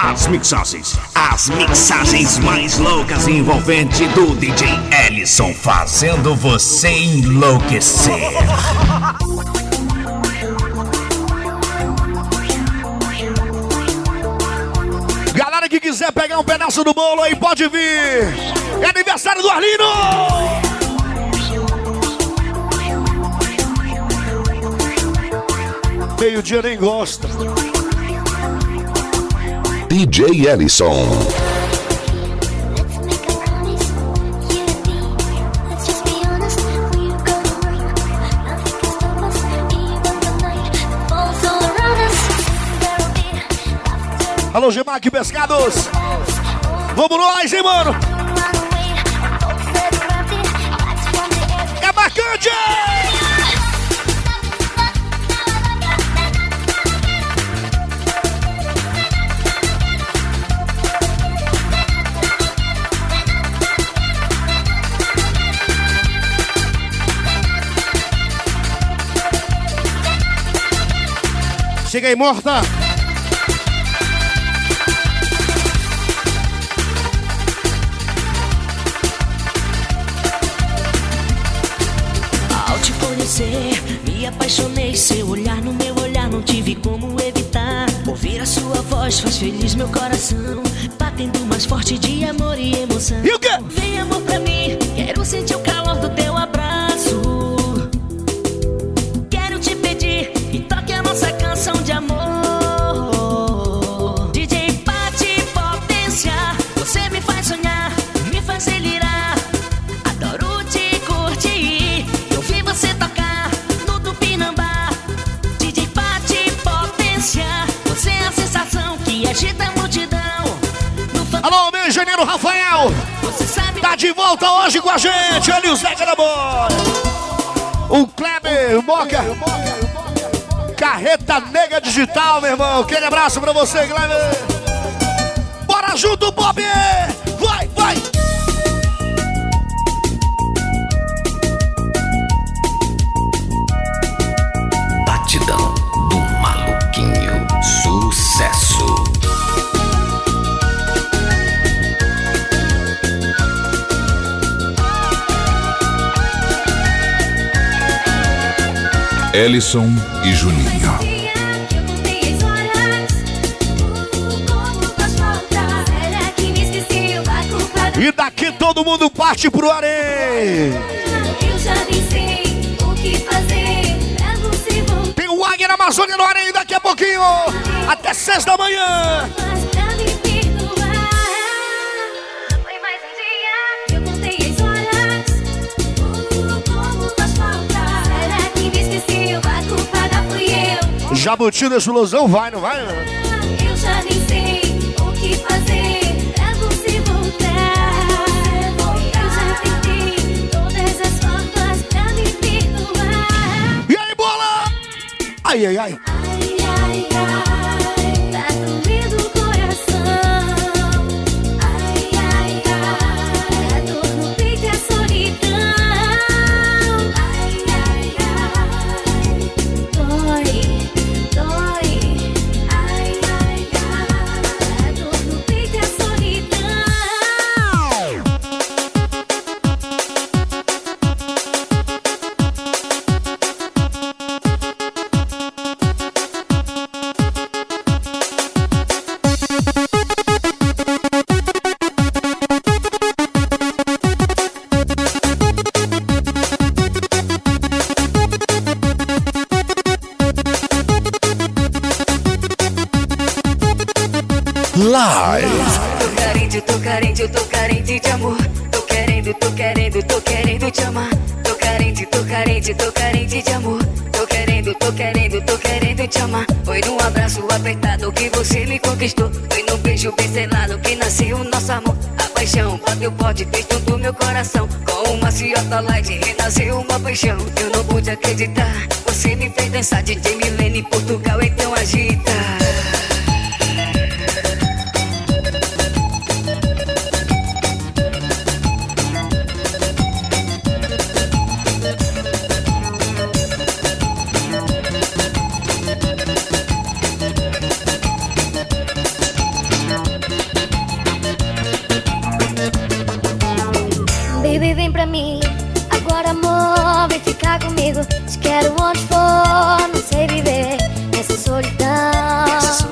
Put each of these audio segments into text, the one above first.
As mixagens mais loucas e envolventes do DJ Ellison, fazendo você enlouquecer. Galera que quiser pegar um pedaço do bolo aí, pode vir. É aniversário do Arlindo. Meio-dia nem gosta. DJ Ellison. Alô, Gemac Pescados. Vamos nós, hein, mano? É bacante! Chega aí, morta! Ao te conhecer, me apaixonei. Seu olhar no meu olhar, não tive como evitar. Ouvir a sua voz faz feliz meu coração, batendo mais forte de amor e emoção. E o quê? Vem amor pra mim, quero sentir o calor do teu abraço. Quero te pedir e toque a nossa canção de amor. DJ Pati Potência, você me faz sonhar, me faz delirar. Adoro te curtir, eu vi você tocar no Tupinambá. DJ Pati Potência, você é a sensação que agita a multidão. Alô, meu engenheiro Rafael. Você sabe, Tá de volta hoje com a gente. Ele e o Zeca da Bola. O Kleber Moca. Carreta Negra Digital, meu irmão. Aquele abraço pra você, Kleber. Bora junto, Bob! Vai, vai! Batidão do Maluquinho. Sucesso. Ellison e Juninho. E daqui todo mundo parte pro Arém. Eu já nem sei o que fazer pra você voltar. Tem o Águia na Amazônia no Arém daqui a pouquinho. Até 6 da manhã. Mas pra me perdoar, foi mais um dia que eu contei as horas. Como faz falta? Será que me esqueceu? A culpada fui eu. Jabuti da explosão vai, não vai? Eu já nem sei o que fazer pra você voltar. Eu já tentei todas as formas pra me perdoar. E aí, bola? Ai, ai, ai. Ai, ai, ai, tá doendo o coração. Ai, ai, ai, a dor no peito e a solidão. Ai, ai, ai, dói, dói. Ai, ai, ai, a dor no peito e a solidão. Live. tô carente de amor. Tô querendo te amar. Tô carente de amor. Tô querendo te amar. Foi num abraço apertado que você me conquistou. Foi num beijo bem selado que nasceu o nosso amor. A paixão bateu forte, fez tudo meu coração. Com uma Ciota Light renasceu uma paixão. Eu não pude acreditar, você me fez dançar. DJ Milene Portugal, então agita. ficar comigo. Te quero onde for, não sei viver nessa solidão.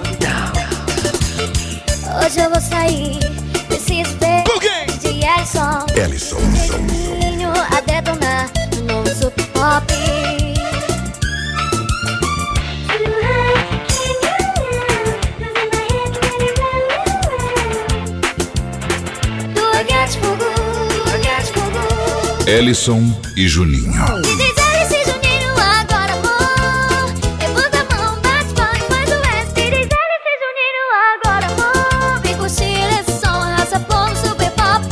Hoje eu vou sair, preciso ver de Ellison. A detonar no novo Super Pop. Ellison e Juninho. DJ Ellison e Juninho, agora amor. Levanta a mão, bate palma, faz o S. DJ Ellison e Juninho, agora amor. Vem curtir esse som, arrasa povo Super Pop.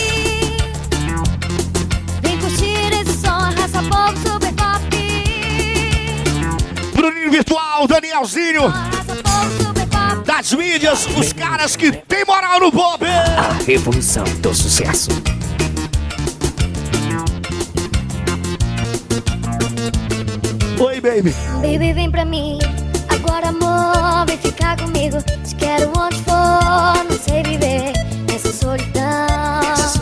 Vem curtir esse som, arrasa povo Super Pop. Bruninho Virtual, Danielzinho. Arrasa povo Super Pop. Das mídias, os caras que tem moral no pop. A revolução do sucesso. Oi, baby. Baby, vem pra mim. Agora, amor, vem ficar comigo. Te quero onde for, não sei viver nessa solidão.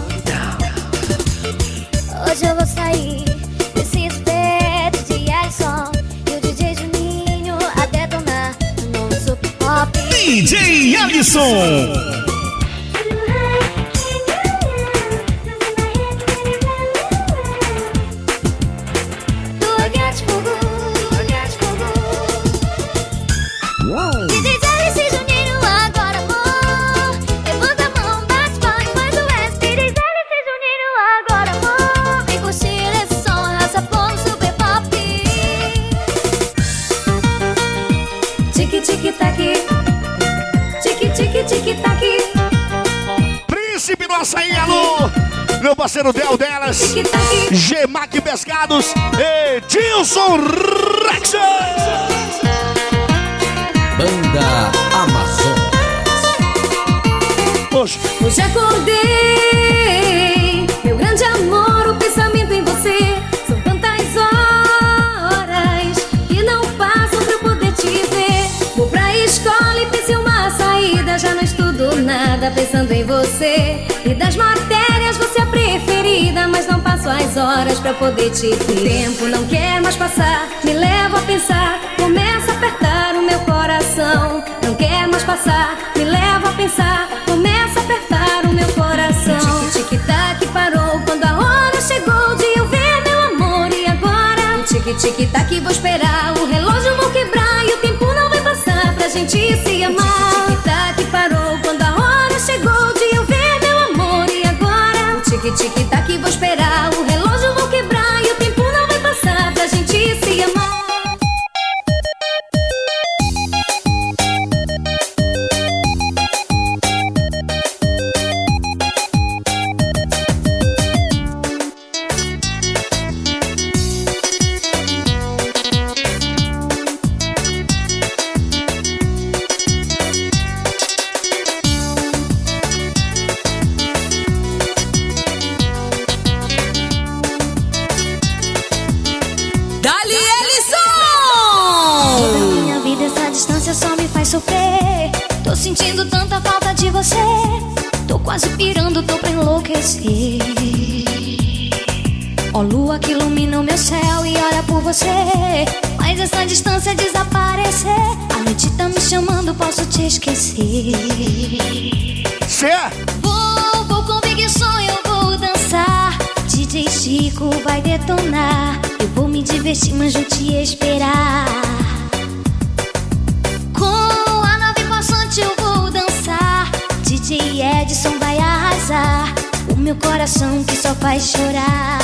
Hoje eu vou sair, preciso ver DJ Ellison e o DJ Juninho a detonar no novo Super Pop. DJ Ellison. Príncipe do Açaí, alô! Meu parceiro Del delas, G-Mac Pescados, Edilson Rex. Banda Amazonas. Hoje acordei, meu grande amor, o pensamento em você. São tantas horas que não passam pra eu poder te ver. Vou pra escola e pensei uma saída, já não estudo nada pensando em você. E das matérias você é a preferida, mas não passo as horas pra poder te ver. O tempo não quer mais passar, me leva a pensar, começa a apertar o meu coração. Não quer mais passar, me leva a pensar, começa a apertar o meu coração. Tic-tic-tac parou quando a hora chegou de eu ver meu amor. E agora? Tic-tic-tac vou esperar, o relógio vou quebrar e o tempo não vai passar pra gente se amar. Tic-tic-tac parou quando a hora chegou de eu ver meu amor. E agora? Tic-tic-tac vou esperar, o relógio vou quebrar e o tempo não vai passar pra gente se amar. Sofrer, tô sentindo tanta falta de você. Tô quase pirando, tô pra enlouquecer. Ó lua que ilumina o meu céu e olha por você. Mas essa distância desaparecer. A noite tá me chamando, posso te esquecer. Vou com big som, eu vou dançar. DJ Chico vai detonar. Eu vou me divertir, mas vou te esperar. Eu vou dançar, DJ Edson vai arrasar. O meu coração que só faz chorar.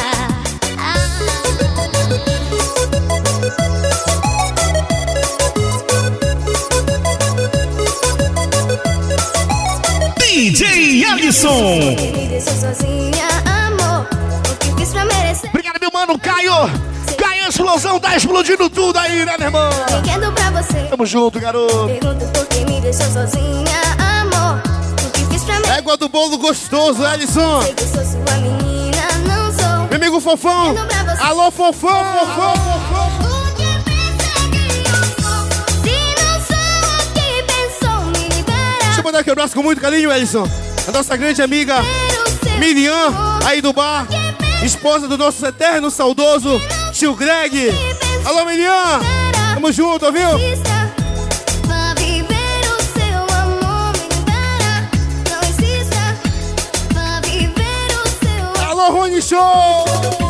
DJ Ellison. Me deixou sozinha, amor. O que fiz pra merecer? Obrigado, meu mano, Caio. Caio, a explosão tá explodindo tudo aí, né, meu irmão? Brinquedo pra você. Tamo junto, garoto. Pergunto por que me deixou sozinha, amor. O que fiz pra merecer? Égua do bolo gostoso, Ellison. Sei que sou sua menina, não sou. Meu amigo Fofão. Alô, Fofão, Fofão, Fofão. O que pensa que eu sou? Se não sou o que pensou, me libera. Deixa eu mandar aqui um abraço com muito carinho, Ellison. A nossa grande amiga Miriam, aí do bar. Esposa do nosso eterno saudoso tio Greg. Alô, Milian. Tamo junto, ouviu? Vá viver o seu amor, me engana. Não insista. Vá viver o seu amor. Alô, Rony Show.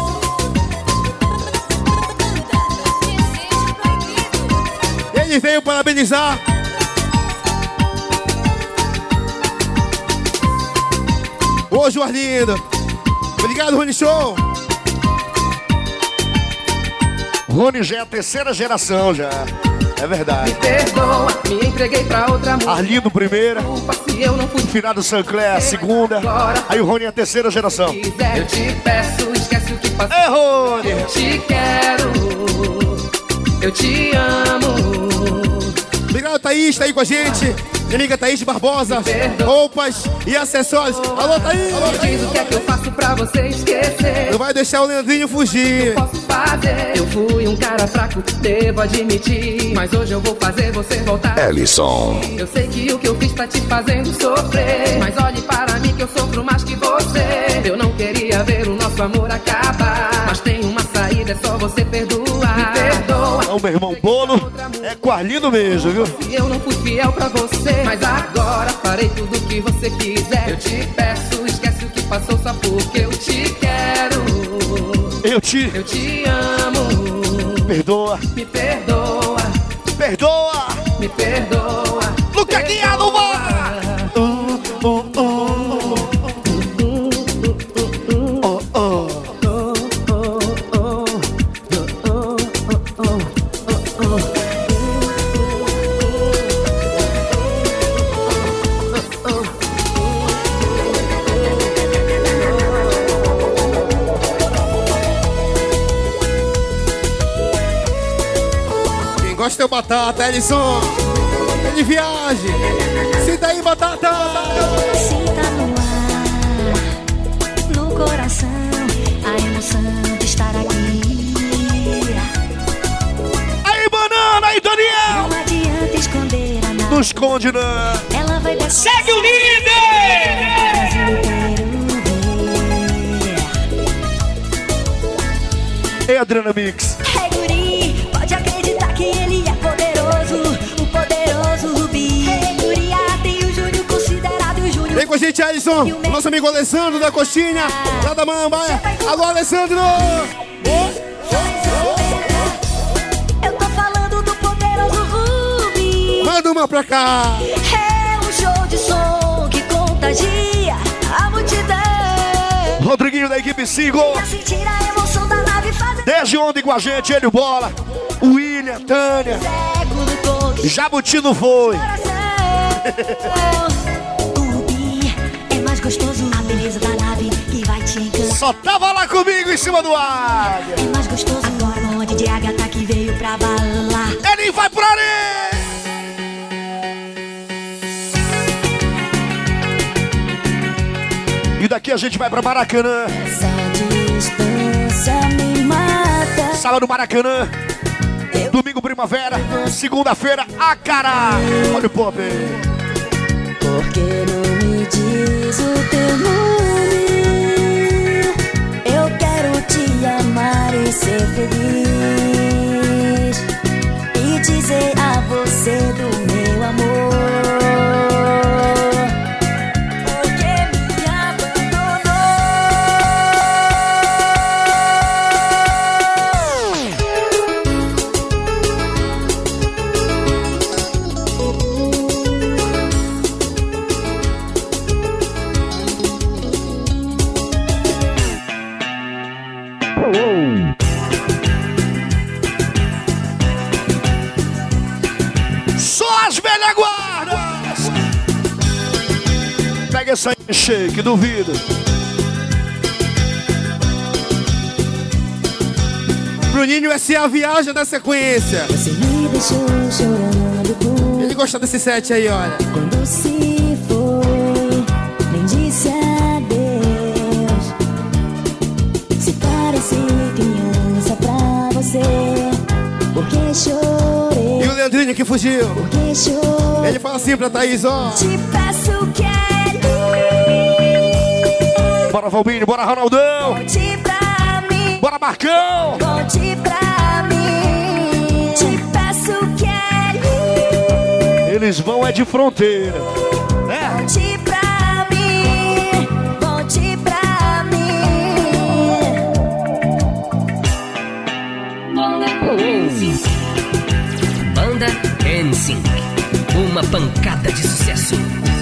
Ele veio parabenizar. Ô, Joarlindo. Obrigado, Rony Show. Rony já é a terceira geração já. É verdade. Me perdoa, me entreguei pra outra mulher. Arlindo primeira. Desculpa se eu não fui. Finado Sancler, segunda. Aí o Rony é a terceira geração. Quiser, eu te peço, esquece o que passou. É, Rony. Eu te quero, eu te amo. Obrigado, Thaís, tá aí com a gente. Minha amiga Thaís Barbosa, roupas e acessórios. Alô, Thaís! Alô, Thaís! Diz o que é que eu faço pra você esquecer. Não vai deixar o Leandrinho fugir. Posso fazer. Eu fui um cara fraco, devo admitir. Mas hoje eu vou fazer você voltar. Ellison. Eu sei que o que eu fiz tá te fazendo sofrer. Mas olhe para mim que eu sofro mais que você. Eu não queria ver o nosso amor acabar. Mas tem uma saída, é só você perdoar. Me perdoa. O meu irmão Bolo é com Arlindo mesmo, viu? Eu não fui fiel pra você, mas agora farei tudo o que você quiser. Eu te peço, esquece o que passou só porque eu te quero. Eu te amo. Perdoa. Me perdoa. Perdoa. Me perdoa. Luca Guiado, vai! Gosta de batata, Ellison. De viagem. Sinta aí, batata. Sinta no ar, no coração, a emoção de estar aqui. Aí, banana, aí, Daniel. Não adianta esconder a nada. Não esconde, não. Ela vai dar. Segue o líder! Ei, Adriana Mix. Hey, guri, pode acreditar que ele é poderoso, o poderoso Rubi. Hey, guria, tem o Júnior considerado o Júnior. Vem com a gente, Ellison. Nosso amigo Alessandro da Coxinha, lá da Mambaia. Alô, Alessandro. Eu tô falando do poderoso Rubi. Manda uma pra cá. É um show de som que contagia a multidão. Rodriguinho da equipe Single. Pra sentir a emoção da nave fazer. Desde ontem com a gente, ele, o Bola, o William, Tânia. Cego do coco. Jabuti não foi. O Rubi é mais gostoso. A beleza da nave que vai te encantar. Só tava lá comigo em cima do ar. É mais gostoso. Agora o monte de Agatha que veio pra balar. Ele vai por ali. E daqui a gente vai pra Maracanã. Essa distância me mata. Sala do Maracanã. Domingo, primavera. Segunda-feira, Acará. Olha o pop. Por que não me diz o teu nome? Eu quero te amar e ser feliz. E dizer a você do meu amor. Porque me abandonou. Só as velhas guardas. Pega essa aí, shake, duvido. Bruninho S.A. viaja na sequência. Você me deixou chorando por Ele gosta desse set aí, olha. quando se foi, nem disse adeus. Se parece criança pra você, porque chorei, E o Leandrinho que fugiu. porque chorei. Ele fala assim pra Thaís, ó. Te peço que Bora, Valbinho, bora, Ronaldão. volte pra mim. Bora, Bora, Marcão! Volte pra mim, te peço que Eles vão é de fronteira. volte pra mim, volte pra mim. Banda NSYNC, uma pancada de sucesso.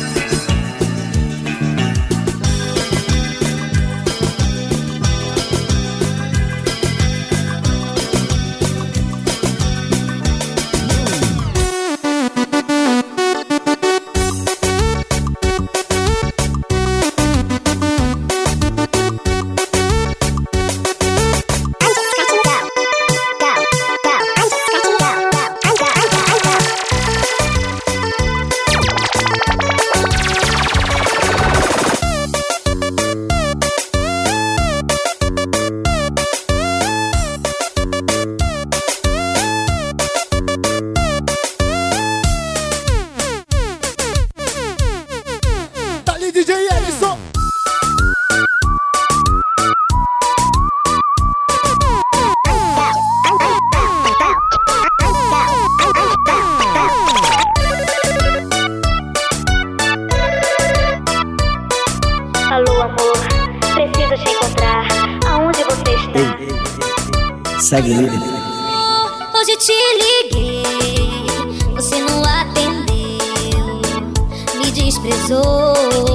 Segue líder. Hoje te liguei, você não atendeu, me desprezou.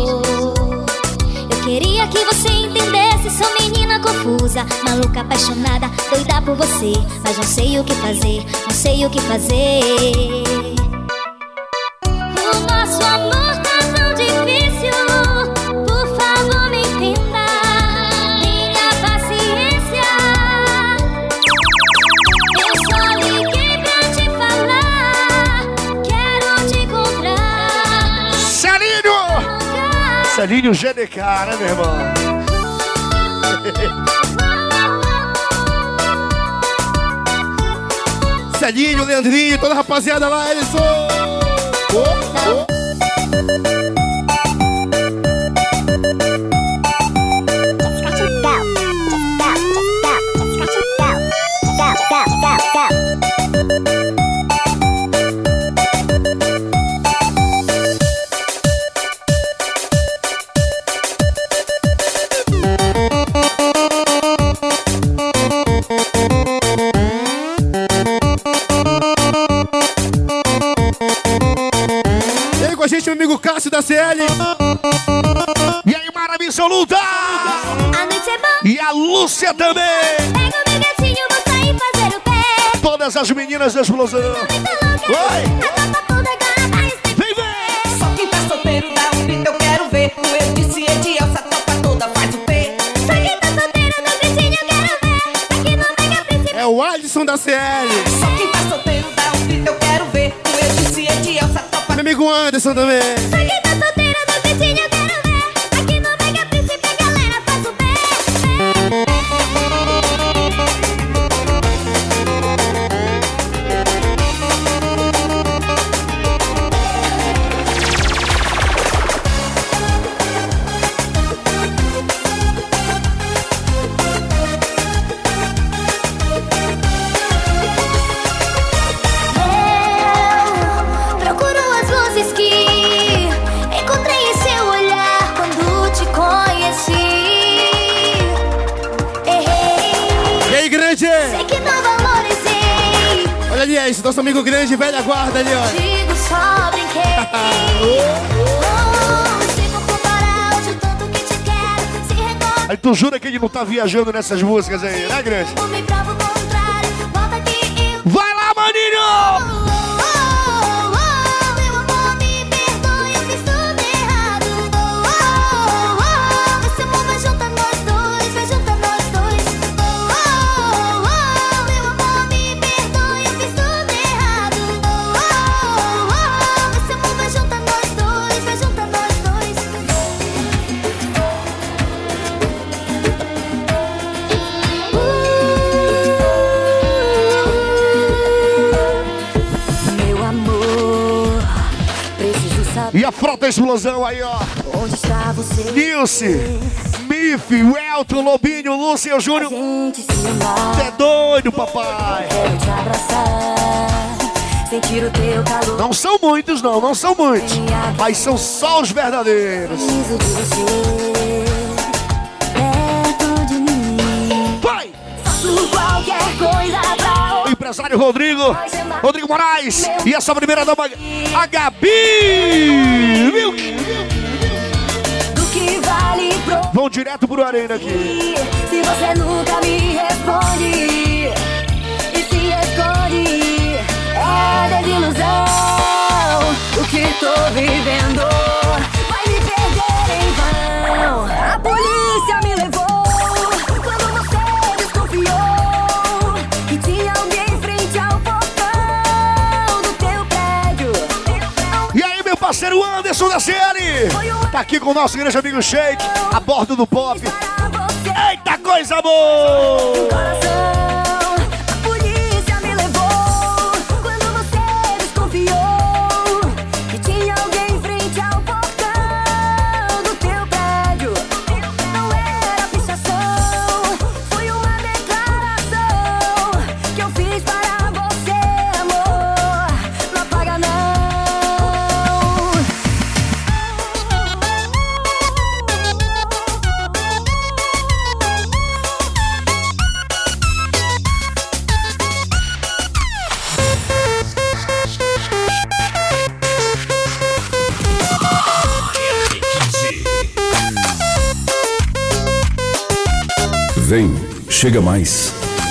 Eu queria que você entendesse, sou menina confusa, maluca, apaixonada, doida por você, mas não sei o que fazer, não sei o que fazer. O nosso amor tá tão difícil, por favor me entenda, tenha paciência. Eu só liguei pra te falar, quero te encontrar. Celinho! Celinho GDK, né, meu irmão? Celinho, Leandrinho, toda a rapaziada lá, Ellison! A gente, meu amigo Cássio da CL. E aí, Maravilha Absoluta! A noite é boa. E a Lúcia também! Pega o meu gatinho, vou sair fazer o pé. Todas as meninas da explosão! Oi! A copa toda agora vai ser. Vem, vem! Só quem tá solteiro dá um grito, eu quero ver. O eu disse Edielsa, topa toda, faz o P. Só quem tá solteiro no gritinho, eu quero ver. Aqui no Mega Príncipe. É o Alisson da CL. Só quem tá solteiro dá um grito, eu quero ver. O eu disse Edielsa, topa. Meu amigo Anderson também. Só quem tá solteiro no gritinho, eu quero ver. Aqui no Mega Príncipe, a galera faz o pé. Procuro as luzes que encontrei em seu olhar quando te conheci. Errei, E aí, grande? sei que não valorizei. Olha ali, esse nosso amigo grande, velha guarda ali, ó. Digo, só brinquei. Se for comparar hoje o tanto que te quero, se recorda. Aí tu jura que ele não tá viajando nessas músicas aí, né, grande? Me prova o contrário, volta aqui e Vai lá, maninho! meu amor, me perdoe, eu fiz tudo errado. Esse amor vai juntar nós dois, vai juntar nós dois. Meu amor, me perdoe, eu fiz tudo errado. Esse amor vai juntar nós dois, vai juntar nós dois. Meu amor, preciso saber E a frota explosão aí, ó. onde está você. Nilce, Bife, o Elton, o Lobinho, o Lúcio e o Júnior. Você é doido, papai. Quero te abraçar, sentir o teu calor. Não são muitos, não são muitos. Mas são só os verdadeiros. Preciso de você perto de mim. Vai! Faço qualquer coisa pra O empresário Rodrigo Moraes. E essa primeira dama, a Gabi. Viu? do que vale pro Vão direto pro Arena aqui. se você nunca me responde e se esconde, é desilusão. O que tô vivendo vai me perder em vão. A polícia me levou quando você desconfiou que tinha alguém em frente ao portão do teu prédio. E aí, meu parceiro Anderson da CL. Tá aqui com o nosso grande amigo Sheik, a bordo do Pop. Para você Eita, coisa boa! coração, a polícia me levou quando você desconfiou que tinha alguém em frente ao portão do teu prédio. Não era pichação, foi uma declaração que eu fiz para você, amor. Não apaga não. Vem, chega mais.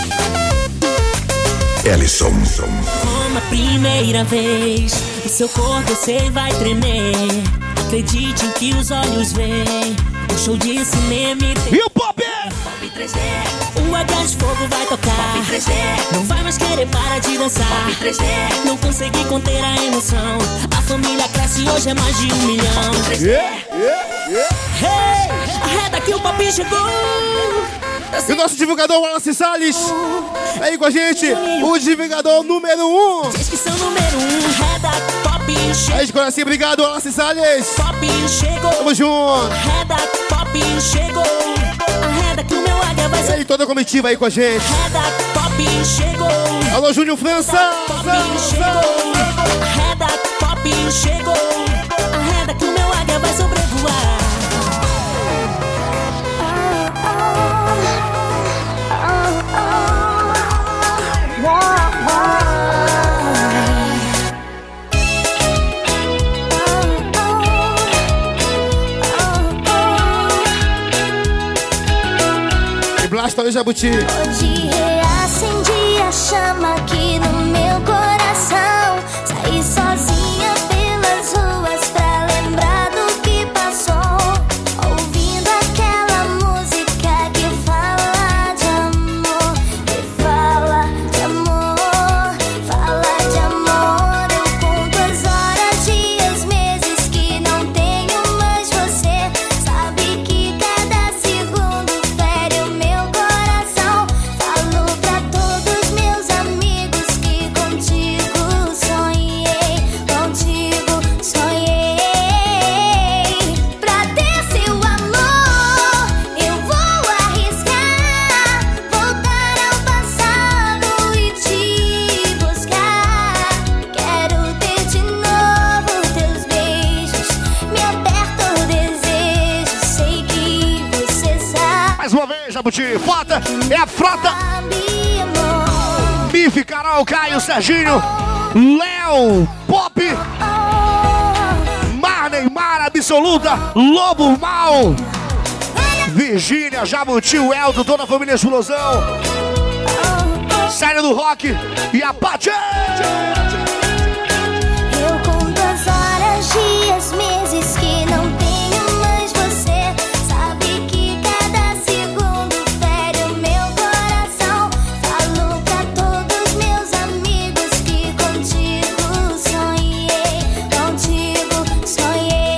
Ellison. Como a primeira vez, o seu corpo eu sei vai tremer. Acredite em que os olhos veem. O show de cinema e E o Pop? Pop 3D. O H de fogo vai tocar. Pop 3D. Não vai mais querer parar de dançar. Pop 3D. Não consegui conter a emoção. A família cresce hoje é mais de 1 milhão. Pop 3D. Hey, arreda que o Pop chegou. E o nosso divulgador Wallace Salles aí com a gente, o divulgador número 1. Diz que são número 1. Arreda, Pop chegou. Aí de coração, obrigado Wallace Salles. Pop chegou. Tamo junto. Arreda, Pop chegou. Arreda que o meu águia vai E ser. aí toda a comitiva aí com a gente. Arreda, Pop chegou. Alô Júnior França. Pop chegou. Arreda, Pop chegou. Arreda que o meu águia vai sobrevoar. E Blasta aí Jabuti. Hoje reacendi a chama aqui no meu coração. Saí sozinha pelas ruas pra lembrar do que passou. Ouvindo aquela música que fala de amor. Que fala de amor, fala de amor. Eu conto as horas, dias, meses que não tenho mais você. Sabe que cada segundo fere o meu coração. Falo pra todos meus amigos que contigo sonhei, contigo sonhei. Pra ter seu amor, eu vou arriscar, voltar ao passado e te buscar. Quero ter de novo teus beijos, me aperta o desejo, sei que você sabe. Mais uma vez, Jabuti. Frota, é a frota. Amor, Bife, Carol, Caio, Serginho, Léo, Pop, Marney, Mara, Absoluta, Lobo Mal, Virgínia, Jabuti, o Elton, toda a família Explosão, Série do Rock e a Paty. eu conto as horas, dias, meses que não tenho mais você. Sabe que cada segundo fere o meu coração. Falo pra todos meus amigos que contigo sonhei, contigo sonhei.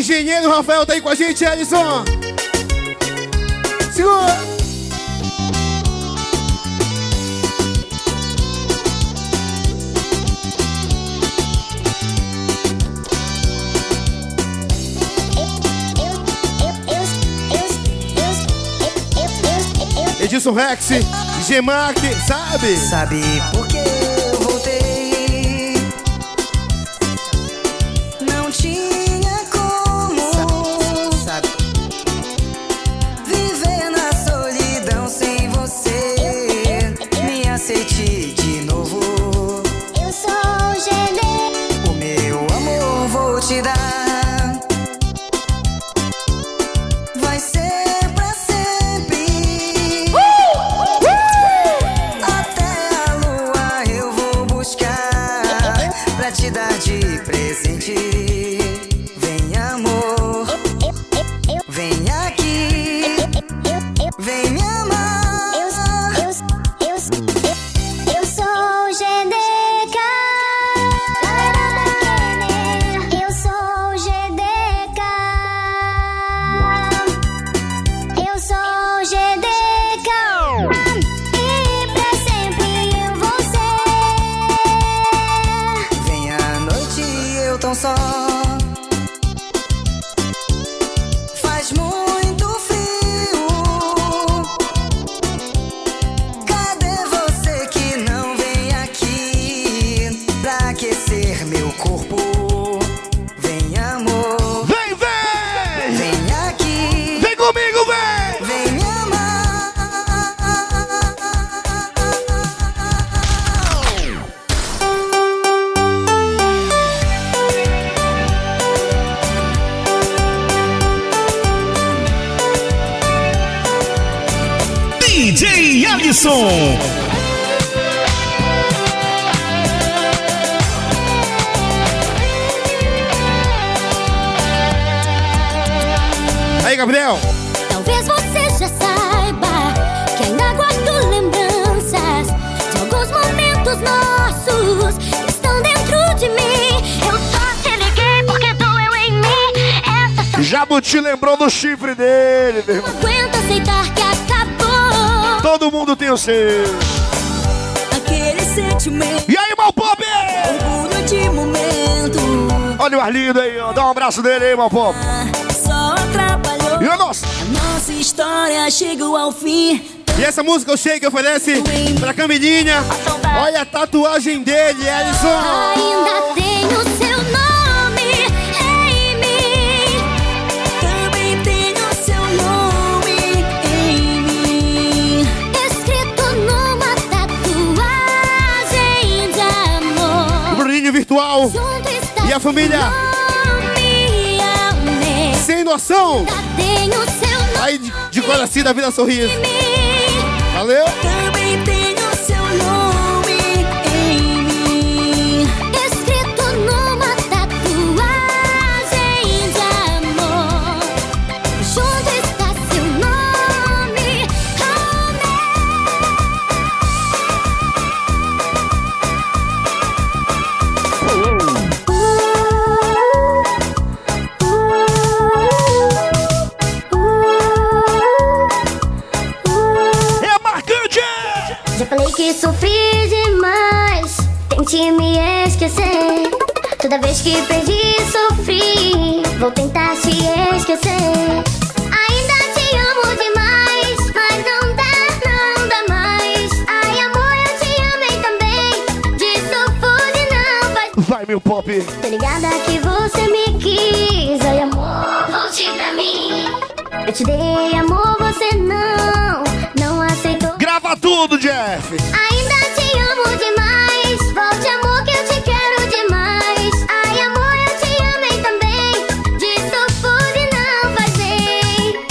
engenheiro Rafael tá aí com a gente, Alisson. Segura. Edilson Rex, Gemac, sabe? Sabe por que eu voltei? Não tinha como sabe. Viver na solidão sem você. Me aceite de novo. Eu sou o Gelê. O meu amor vou te dar. Vai ser pra sempre. Até a lua eu vou buscar pra te dar de presente. Vem, amor, vem aqui, vem me amar. Eu sou o GDK. Eu sou o GDK. Eu sou o GDK. E pra sempre eu vou ser. Vem à noite eu tão só. Faz muito frio. Cadê você que não vem aqui pra aquecer meu corpo? Vem, amor, Vem, vem! vem aqui, Vem comigo, vem! vem me amar. DJ Alisson. Aí, Gabriel. Talvez você já saiba que ainda guardo lembranças de alguns momentos nossos que estão dentro de mim. Eu só te liguei porque doeu em mim. Essa Jabuti lembrou do chifre dele, meu não irmão. aguenta aceitar que acabou Todo mundo tem o seu. Aquele sentimento, E aí, Malpop? orgulho de momento, Olha o Arlindo aí, ó. Dá um abraço dele aí, Malpop. só atrapalhou. E a nossa? A nossa história chegou ao fim. E essa música o Shake oferece pra Camilinha. Olha a tatuagem dele, Alisson. Ainda tenho seu nome em mim. Também tenho seu nome em mim. Escrito numa tatuagem de O amor. Bruninho Virtual Junto está e a família nome, amei. Sem Noção. Ainda tenho seu nome Aí de Coraci da Vila Sorriso. em mim. Valeu. Também tenho seu nome em mim. Escrito numa tatuagem de amor. Junto está seu nome, É marcante! Já falei que sofri demais. Tente me esquecer. Toda vez que perdi, sofri. Vou tentar te esquecer. Ainda te amo demais, mas não dá mais. Ai, amor, eu te amei também. Disso fude não faz. Vai, meu pop. Tô ligada que você me quis. Ai, amor, volte pra mim. Eu te dei amor, você não aceitou. Grava tudo, Jeff. Ainda te amo demais. Volte, amor, que eu te quero demais. Ai, amor, eu te amei também. Disso fude não fazer.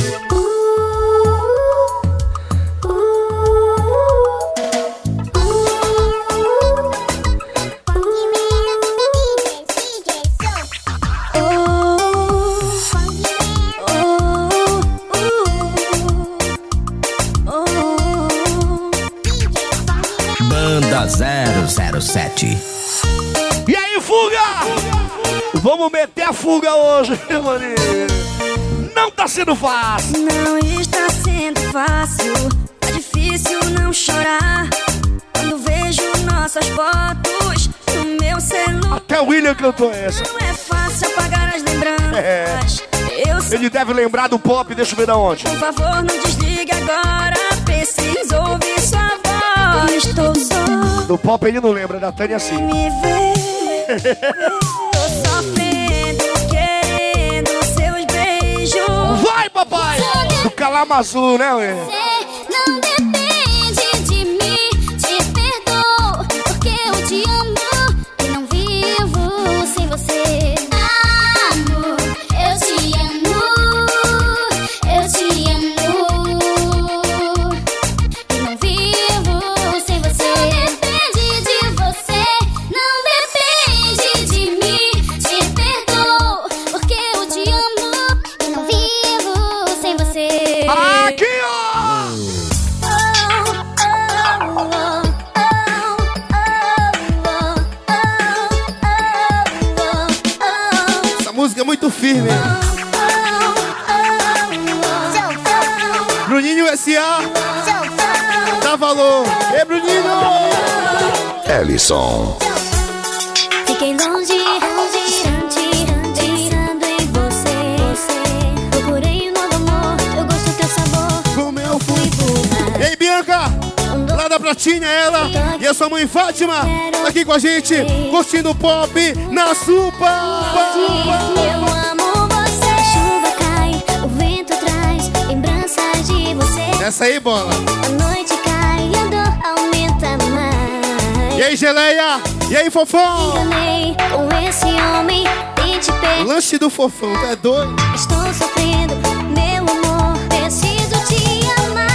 Banda 007. E aí, fuga! Vamos vamos meter a fuga hoje, meu maninho. Não tá sendo fácil. Não está sendo fácil. É difícil não chorar quando vejo nossas fotos no meu celular. Até o William cantou essa. Não é fácil apagar as lembranças. É. Eu sei. Ele deve lembrar do pop, deixa eu ver da onde. Por favor, não desligue agora. Preciso ouvir sua voz. Estou só. Do pop ele não lembra, da Tânia sim. Me vê. Tô sofrendo, querendo seus beijos. Vai, papai! Do Calamazu, né, ué? Não depende de mim, te perdoo, porque eu te amo e não vivo sem você. Amor, eu te amo, eu te amo e não vivo sem você. Não depende de você, não depende de mim, te perdoo, porque eu te amo e não vivo sem você. Aqui, ó! Essa música é muito firme. Bruninho S.A. Dá valor. Ei, Bruninho! Ellison. Fiquei longe, distante, pensando em você. Procurei um novo amor, eu gosto do teu sabor. O meu fui. Ei, Bianca! Lá da Pratinha, ela e a sua mãe Fátima tá aqui com a gente, curtindo o pop na Supa. Eu amo você. Chuva cai, o vento traz lembranças de você. Essa aí, bola. A noite cai e a dor aumenta mais. E aí, Geleia? E aí, Fofão? Enganei com esse homem e te perdi. Lanche do Fofão, tá é doido? Estou sofrendo, meu amor, preciso te amar.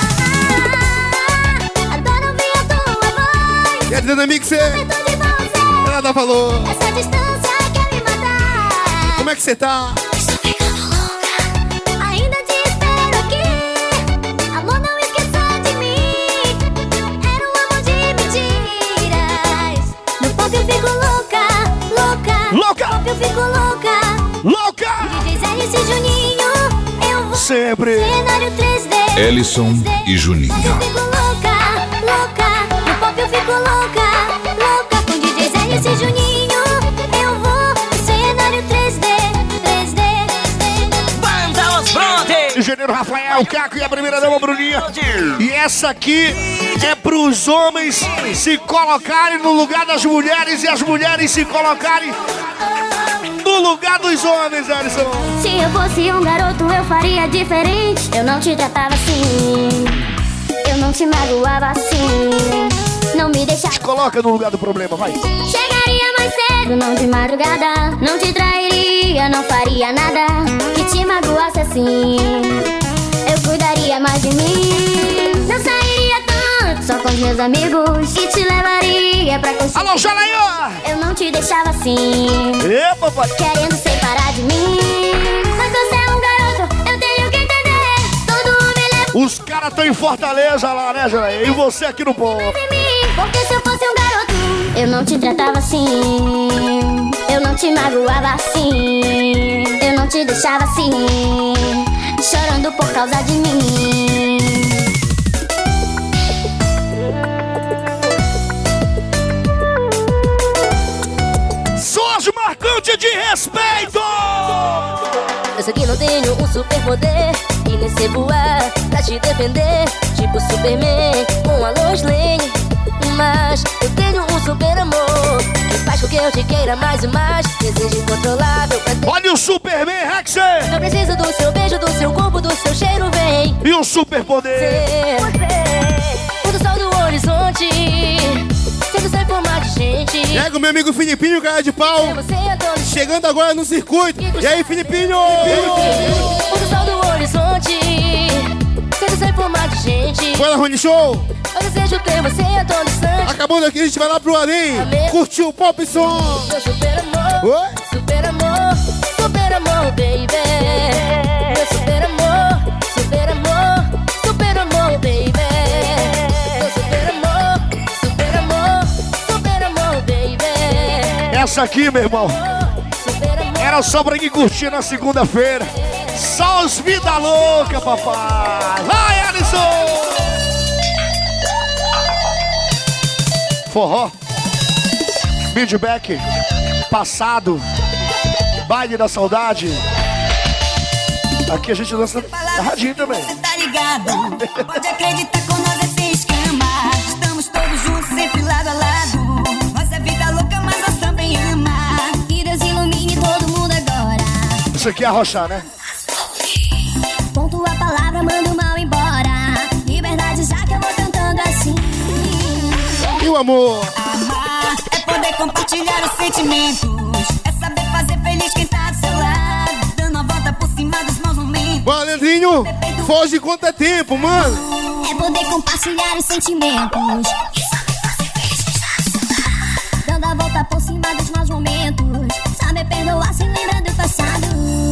Adoro ouvir a tua voz. E a Dana Mixer? Perto de você. Ela dá valor. Essa distância quer me matar. Como é que você tá? Estou ficando louca. Ainda te espero aqui. Amor, não esqueça de mim. Era um amor de mentiras. No pop eu fico louca, louca. Louca! No pop eu fico louca. Louca! DJ Zé e Juninho, eu vou. Sempre. Cenário 3D. Ellison e Juninho. No pop eu fico louca, louca. No pop eu fico louca, louca. Com DJ Zé e Juninho, eu vou. Cenário 3D, 3D. Banda Os Brothers. Engenheiro Rafael, Caco e a primeira dama Bruninha. E essa aqui é pros homens se colocarem no lugar das mulheres e as mulheres se colocarem no lugar dos homens, Ellison. Se eu fosse um garoto, eu faria diferente. Eu não te tratava assim, eu não te magoava assim. Não me deixava. Se coloca no lugar do problema, vai. Chegaria mais cedo, não de madrugada. Não te trairia, não faria nada que te magoasse assim. Eu cuidaria mais de mim. Não sairia tanto só com os meus amigos e te levaria pra curtir. Alô, Jaleia! Eu não te deixava assim, Ê, papai! querendo separar de mim. Mas você é um garoto, eu tenho que entender. Todo homem leva Os caras estão em Fortaleza lá, né, Jaleia? E você aqui no pop. em mim. Porque se eu fosse um garoto, eu não te tratava assim, eu não te magoava assim, eu não te deixava assim, chorando por causa de mim. Sós marcante de respeito! Eu sei que não tenho um superpoder e nem sei voar pra te defender, tipo Superman com a Lois Lane. Mas eu tenho um super amor que faz com que eu te queira mais e mais. Desejo incontrolável pra ter. Olha o Superman, Rexer! Eu preciso do seu beijo, do seu corpo, do seu cheiro, vem. E o superpoder? O do sol do horizonte, sendo sem forma de gente. Pega o meu amigo Filipinho, cara de pau. Você é dono. Chegando agora no circuito. E aí, Filipinho? O do sol do horizonte, sendo sem forma de gente. Bora, Rony Show. Eu desejo ter você a todo instante. Acabando aqui, a gente vai lá pro Além. Curtiu o Pop Som. Meu super amor, Oi? super amor, baby. Meu super amor, super amor, baby. Meu super amor, baby. Essa aqui, meu irmão. Super amor. Era só pra quem curtir na segunda-feira. Só os vida louca, papai. Vai, Alisson! Forró, feedback, passado, baile da saudade. Aqui a gente dança radinho também. Você tá ligado? Pode acreditar com nós é sem escama. Estamos todos juntos, sempre lado a lado. Nossa vida louca, mas nós também ama. Que Deus ilumine todo mundo agora. Isso aqui é arrochar, né? Ponto a palavra, mando mal embora. Liberdade já que eu vou cantando assim. E o amor? Amar é poder compartilhar os sentimentos. É saber fazer feliz quem tá do seu lado. Dando a volta por cima dos maus momentos. Bora, Leandrinho, foge quanto é tempo, mano. É poder compartilhar os sentimentos. E saber fazer feliz quem tá do seu lado. Dando a volta por cima dos maus momentos. Saber perdoar sem lembrar do passado.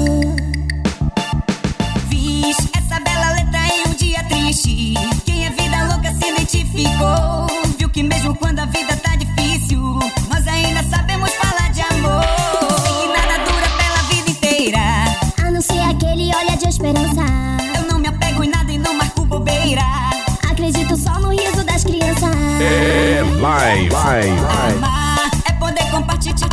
Fiz essa bela letra em um dia triste. Quem é vida louca se identificou. Viu que mesmo quando a vida tá difícil, nós ainda sabemos falar de amor. Sei que nada dura pela vida inteira, a não ser aquele olhar de esperança. Eu não me apego em nada e não marco bobeira. Acredito só no riso das crianças. É live. Amar é poder compartilhar.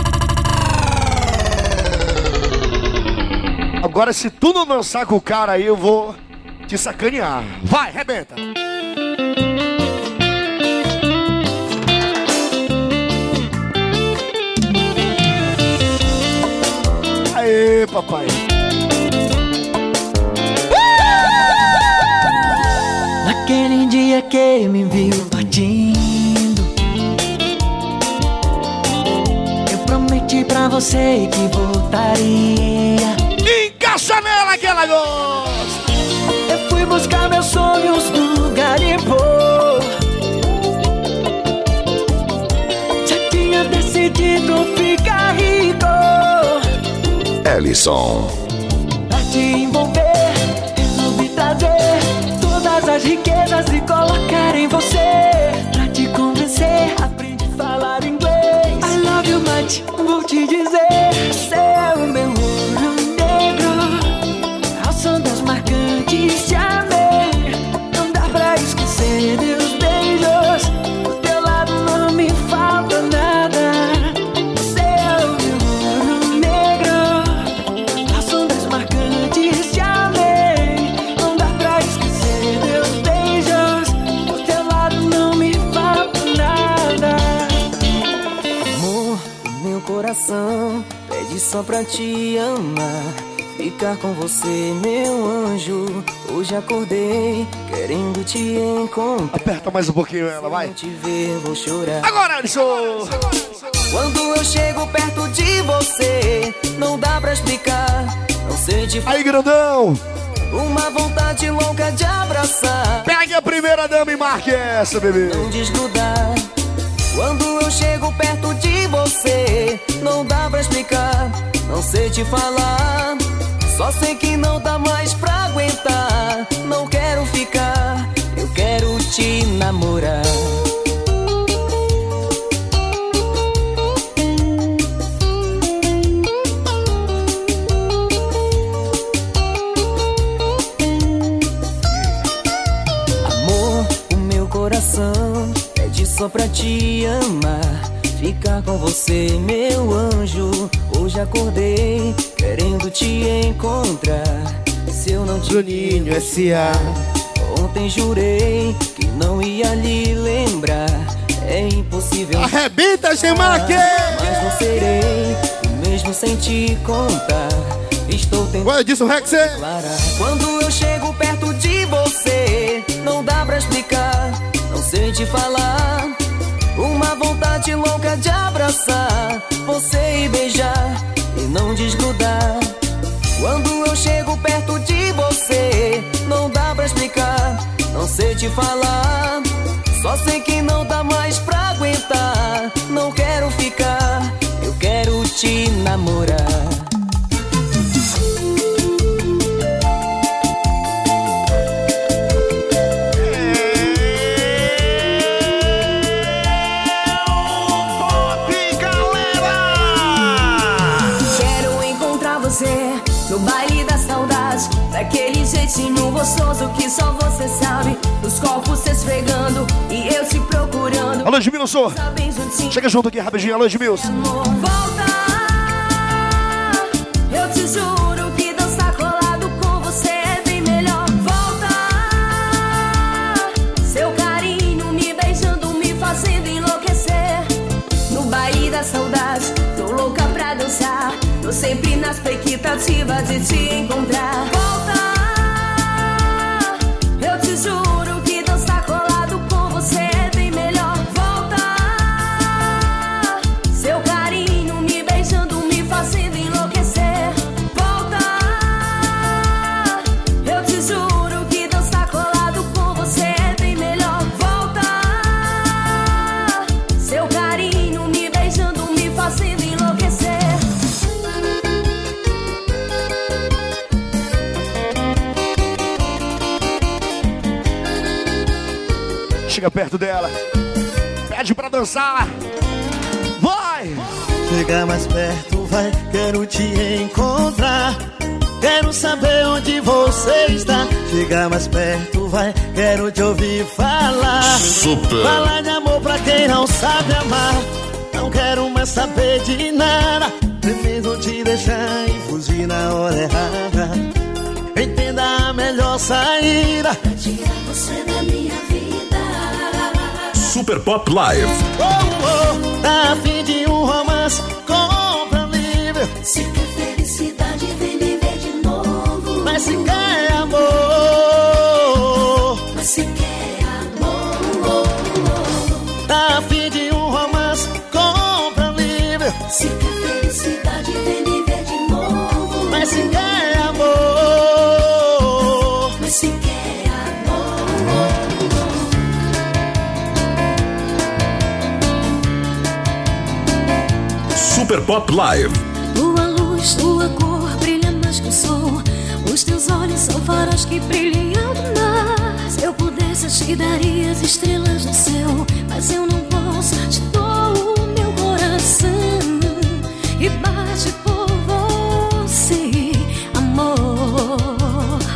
Agora, se tu não dançar com o cara aí, eu vou te sacanear. Vai, rebenta. Aê, papai. Naquele dia que me viu partindo, eu prometi pra você que voltaria. Encaixa nela que ela gosta. Eu fui buscar meus sonhos no garimpo. Já tinha decidido ficar rico. Ellison. Pra te envolver, resolvi trazer todas as riquezas e colocar em você. Pra te convencer, aprendi a falar inglês. I love you much, vou te dizer. Você é o meu ouro negro, ao som das marcantes te amei. Não dá pra esquecer meus beijos, do teu lado não me falta nada. Você é o meu ouro negro, ao som das marcantes te amei. Não dá pra esquecer meus beijos, do teu lado não me falta nada. Amor, meu coração pede só pra te amar, ficar com você, meu anjo. Hoje acordei querendo te encontrar. Aperta mais um pouquinho ela, vai. Se não te ver, vou chorar. Agora, Alisson. Quando eu chego perto de você, não dá pra explicar, não sei te falar. Aí, grandão. Uma vontade louca de abraçar. Pegue a primeira dama e marque essa, bebê. Não desgrudar. Quando eu chego perto de você, não dá pra explicar, não sei te falar. Só sei que não dá mais pra aguentar. Não quero ficar, eu quero te namorar. Amor, o meu coração pede só pra te amar, ficar com você, meu anjo. Hoje acordei querendo te encontrar. Se eu não te Juninho S.A. Ontem jurei que não ia lhe lembrar. É impossível. Arrebenta, Gemaque! Mas não serei o mesmo sem te contar. Estou tentando. Olha disso, Rexer. Quando eu chego perto de você, não dá pra explicar, não sei te falar. Uma vontade louca de abraçar você e beijar e não desgrudar. Quando eu chego perto de você, não dá pra explicar, não sei te falar. Só sei que não dá mais pra aguentar. Não quero ficar, eu quero te namorar. você no baile da saudade, daquele jeitinho gostoso que só você sabe. Os copos se esfregando e eu te procurando. Alô, Edmilson, chega junto aqui rapidinho. Alô, Edmilson. Volta, eu te juro que dançar colado com você é bem melhor. Volta, seu carinho me beijando, me fazendo enlouquecer. No baile da saudade, tô louca pra dançar. Tô sempre na expectativa de te encontrar. Volta, eu te juro que dançar colado com você é bem melhor. Volta, seu carinho me beijando, me fazendo enlouquecer. Volta, eu te juro que dançar colado com você é bem melhor. Volta, seu carinho me beijando, me fazendo enlouquecer. Chega perto dela, pede pra dançar. Vai! Chega mais perto, vai, quero te encontrar. Quero saber onde você está. Chega mais perto, vai, quero te ouvir falar. Super. Falar de amor pra quem não sabe amar. Não quero mais saber de nada. Prefiro te deixar e fugir na hora errada. Entenda a melhor saída pra tirar você da minha vida. Super Pop Live. Oh, oh, tá a fim de um romance, compra livre. Se quer felicidade, vem me ver de novo. Mas se quer amor, mas se quer amor, tá a fim de um romance, compra livre. Se quer felicidade, vem me ver de novo. Mas se quer amor, mas se quer amor. Super Pop Live. Tua luz, tua cor brilha mais que o sol. Os teus olhos são faróis que brilham do mar. Se eu pudesse, eu te daria as estrelas do céu, mas eu não posso. Te dou o meu coração e bate por você, amor,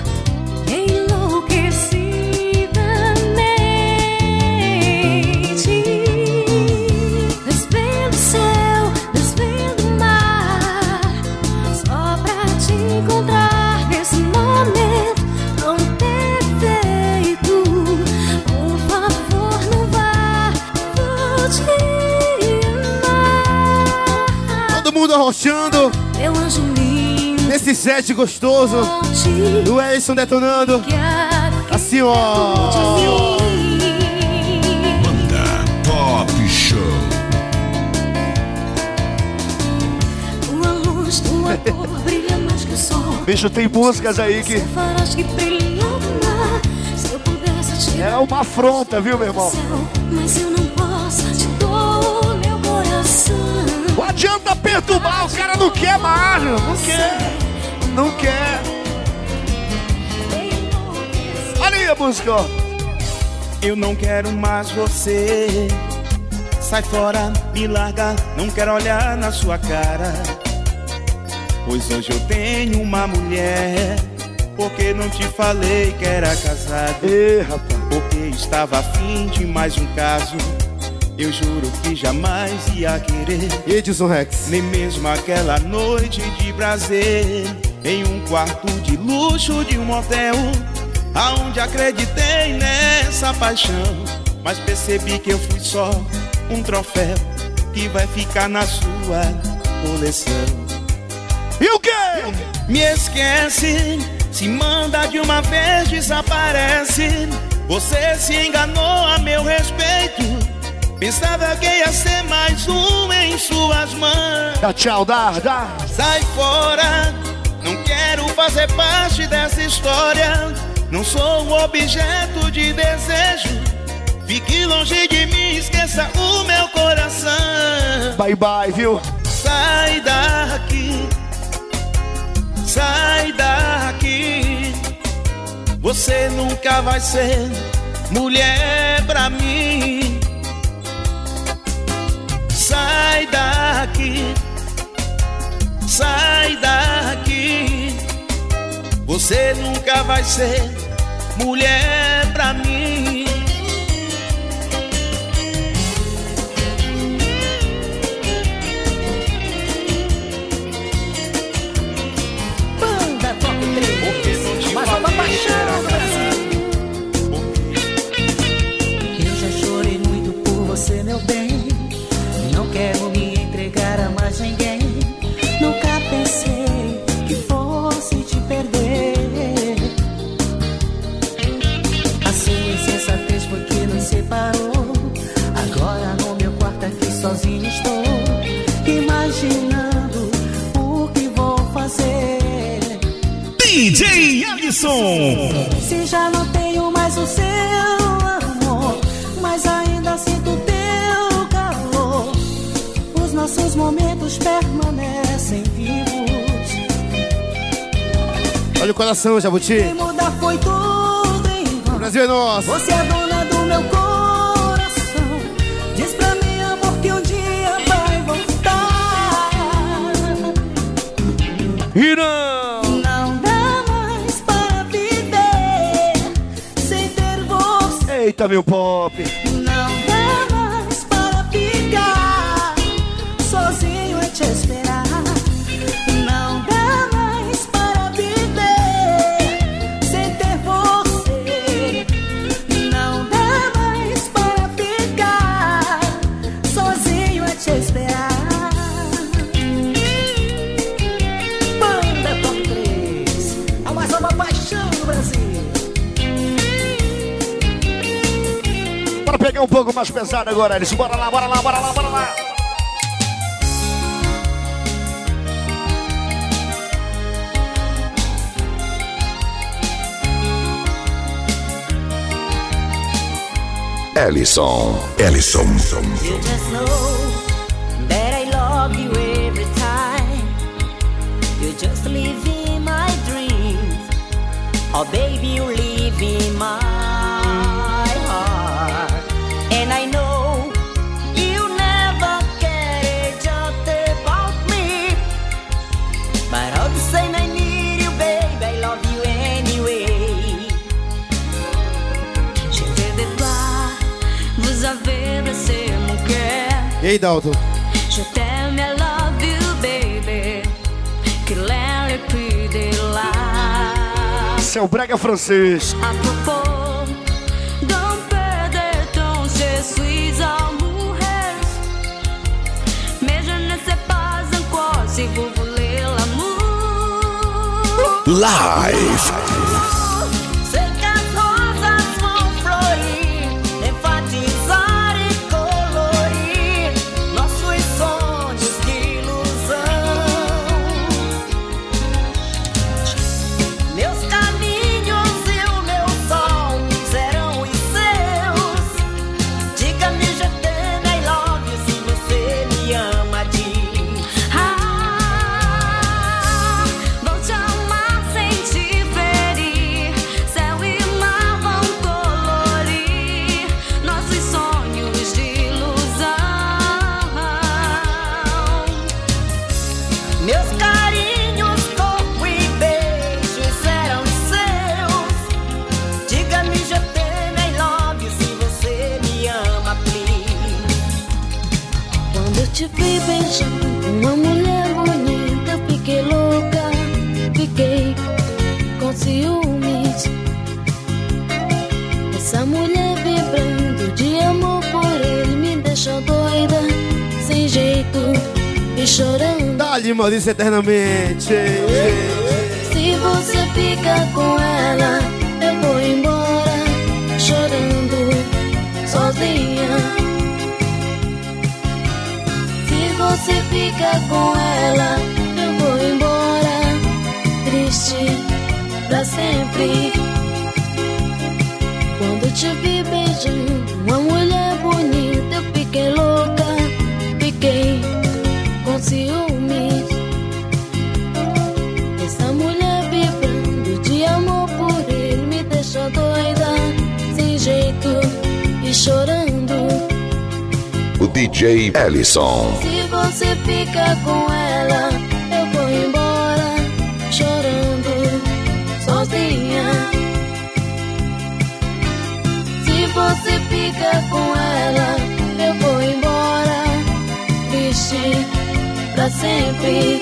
enlouquecidamente. Desvendo o céu, desvendo o mar, só pra te encontrar nesse momento tão perfeito. Por favor, não vá, vou te amar. Todo mundo arrochando Meu anjo lindo, nesse set gostoso do Ellison detonando. Assim, ó. Banda Pop Show. tua luz, tua cor brilha mais que o sol. Bicho, tem músicas aí que Faróis que brilham do mar. Se eu pudesse te é uma afronta, viu, meu irmão? mas eu não posso. Te dou o meu coração. Não adianta perturbar, o cara não quer mais, não quer. Não quer. Olha aí a música, ó. Eu não quero mais você. Sai fora, me larga, não quero olhar na sua cara. Pois hoje eu tenho uma mulher. Porque não te falei que era casado. Ê, rapaz. Porque estava afim de mais um caso. Eu juro que jamais ia querer. Edson Rex. Nem mesmo aquela noite de prazer em um quarto de luxo de um motel, aonde acreditei nessa paixão, mas percebi que eu fui só um troféu que vai ficar na sua coleção. E o quê? Me esquece, se manda de uma vez, desaparece. Você se enganou a meu respeito. Pensava que ia ser mais um em suas mãos. Dá tchau, dá. Sai fora, não quero fazer parte dessa história. Não sou um objeto de desejo. Fique longe de mim, esqueça o meu coração. Bye bye, viu? Sai daqui, sai daqui. Você nunca vai ser mulher pra mim. Sai daqui, sai daqui. você nunca vai ser mulher pra mim. Banda Top 3, mais uma paixão do Brasil. Eu já chorei muito por você, meu bem. Não quero me entregar a mais ninguém. Nunca pensei que fosse te perder. A sua insensatez foi que nos separou. Agora no meu quarto aqui sozinho estou, imaginando o que vou fazer. DJ Ellison. Se já não tenho mais o seu amor, mas ainda sinto teu calor. Os nossos momentos permanecem vivos. Olha o coração, Jabuti. Quem mudar foi tudo em vão. O Brasil é nosso. Você é dona do meu coração. Diz pra mim, amor, que um dia vai voltar. E não. Não dá mais para viver sem ter você. Eita, meu pop. Não dá mais para ficar sozinho e te esperar. Não dá mais para viver sem ter você. Não dá mais para ficar sozinho e te esperar. Banda Top 3, a mais nova paixão do Brasil. Bora pegar um pouco mais pesado agora, Ellison. Bora lá, bora lá, bora lá, bora lá. Ellison. You just know that I love you every time. You just live in my dreams. Oh baby, you live in my heart. And I know you never cared just about me. But all the same I need you, baby, I love you anyway. Je vais de toi, vous avez blessé mon cœur. E aí, Dalton? Je t'aime, I love you, baby. Que l'un le plus de là. Seu brega francês. À propos d'un peu de temps, je suis amoureuse. Mais je ne sais pas encore si vous voulez l'amour. Live. Sei que as rosas vão florir, enfatizar e colorir nossos sonhos de ilusão. Meus caminhos e o meu sol serão os seus. Diga-me, je t'aime, I love you, se você me ama, diz. Vou te amar sem te ferir. Céu e mar vão colorir nossos sonhos de ilusão. Meus carinhos, corpo e beijos serão seus. Diga-me, je t'aime, I love you, se você me ama, please. Quando eu te vi beijando uma mulher bonita, eu fiquei louca, fiquei com ciúmes. Essa mulher vibrando de amor por ele me deixou doida, sem jeito e chorando. Dá-lhe, Maurício, eternamente. Se você fica com ela, eu vou embora, chorando, sozinha. Se você fica com ela, eu vou embora, triste pra sempre. Quando eu te vi beijando uma mulher bonita, eu fiquei louca, fiquei com ciúmes. Essa mulher vibrando de amor por ele me deixou doida, sem jeito e chorando. O DJ Ellison. Se você fica com ela, eu vou embora, chorando, sozinha. fica com ela, eu vou embora, triste pra sempre.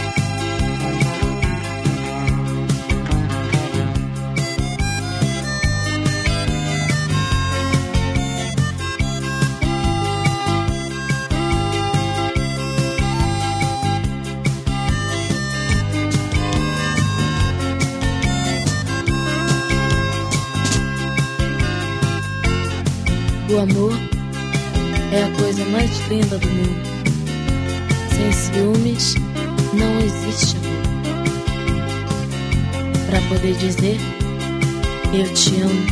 O amor é a coisa mais linda do mundo. Sem ciúmes não existe amor. Pra poder dizer eu te amo,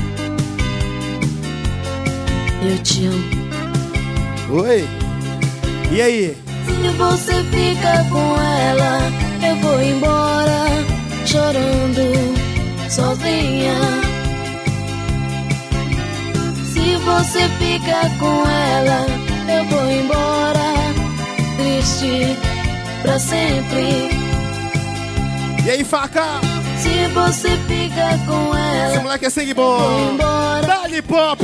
eu te amo. Oi, e aí? Se você fica com ela, eu vou embora, chorando, sozinha. Se você fica com ela, eu vou embora, triste pra sempre. E aí, faca? Se você fica com ela, esse moleque é sangue bom. Vou embora. Dá-lhe pop!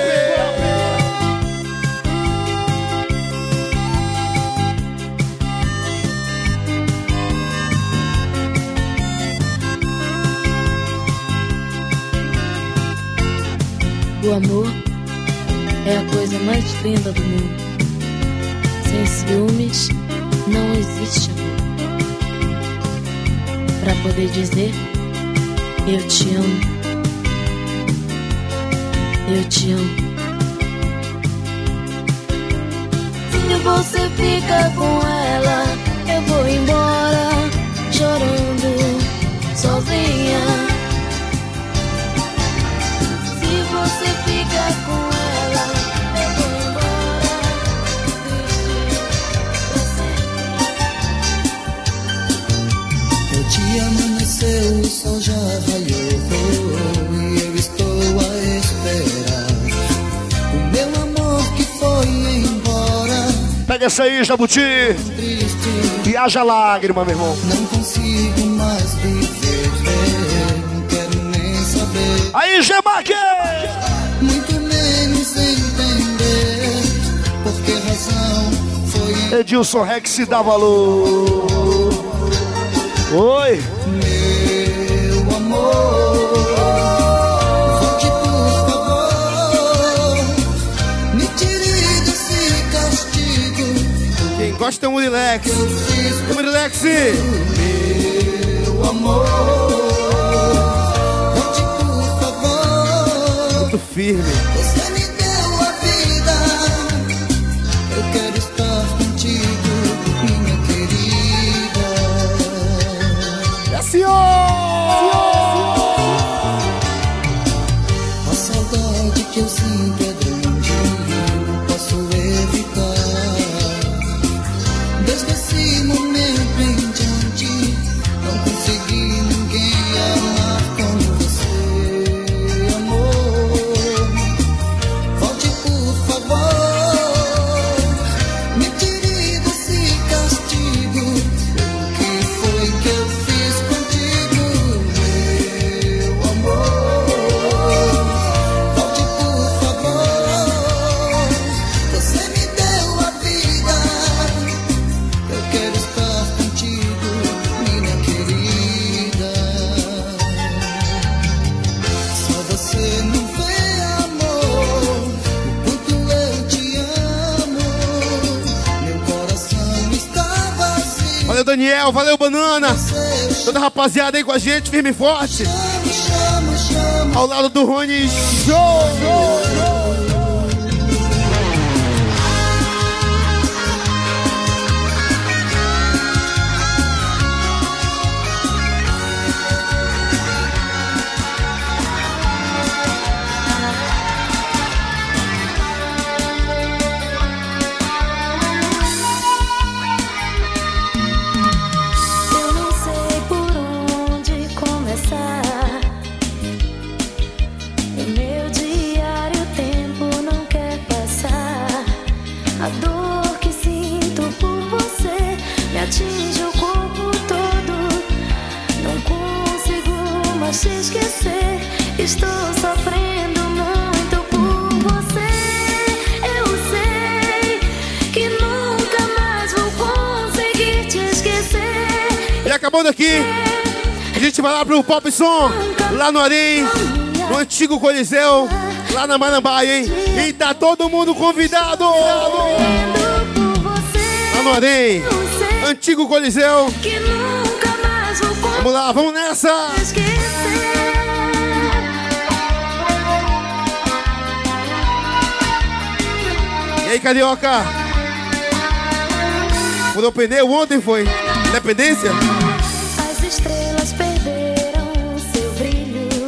O amor é a coisa mais linda do mundo. Sem ciúmes não existe amor. Pra poder dizer eu te amo, eu te amo. Se você fica com ela, eu vou embora, chorando, sozinha. Se você fica com ela, eu vou embora, triste pra sempre. O dia amanheceu, o sol já raiou e eu estou a esperar o meu amor que foi embora. Pega essa aí, Jabuti. E haja lágrima, meu irmão. Não consigo mais viver, não quero nem saber. Aí, Gemaque! Muito menos entender por que razão foi. Edilson Rex se dá valor. Oi. Meu amor, volte por favor, me tire desse castigo. Quem gosta é o Murilex. O Murilex. Meu amor, volte por favor. Muito firme. Você me deu a vida, eu quero estar contigo, minha querida. É senhor! A saudade que eu sinto é grande, não posso evitar. Desde esse momento em diante, não consegui ninguém amar como você, amor. Volte por favor, me tire desse castigo. O que foi que eu fiz contigo, meu amor? Volte por favor, você me deu a vida, eu quero estar contigo, minha querida. Só você não vê, amor, o quanto eu te amo. Meu coração está vazio. Valeu, Daniel. Valeu, Banana. Toda a rapaziada aí com a gente, firme e forte. Ao lado do Rony Show. Eu não sei por onde começar. No meu diário o tempo não quer passar. A dor que sinto por você me atinge o corpo todo. Não consigo mais te esquecer. Estou sofrendo muito por você. acabando aqui, a gente vai lá pro Pop Som, lá no Arém, no antigo Coliseu, lá na Marambaia, hein? E tá todo mundo convidado! Lá no Arém, antigo Coliseu. Vamos lá, vamos nessa! E aí, carioca? Mudou o pneu ontem, foi? Independência? As estrelas perderam seu brilho.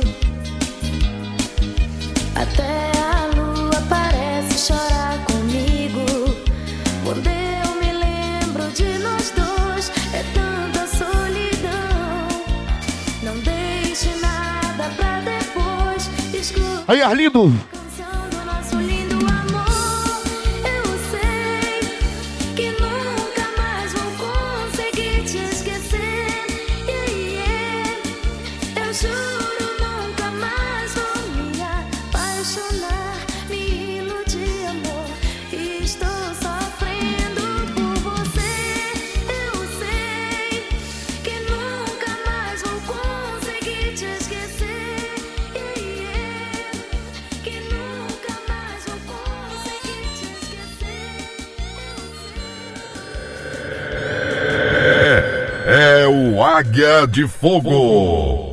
Até a lua parece chorar comigo. Quando eu me lembro de nós dois, é tanta solidão. Não deixe nada pra depois. Escuta. Aí, Arlindo! É o Águia de Fogo.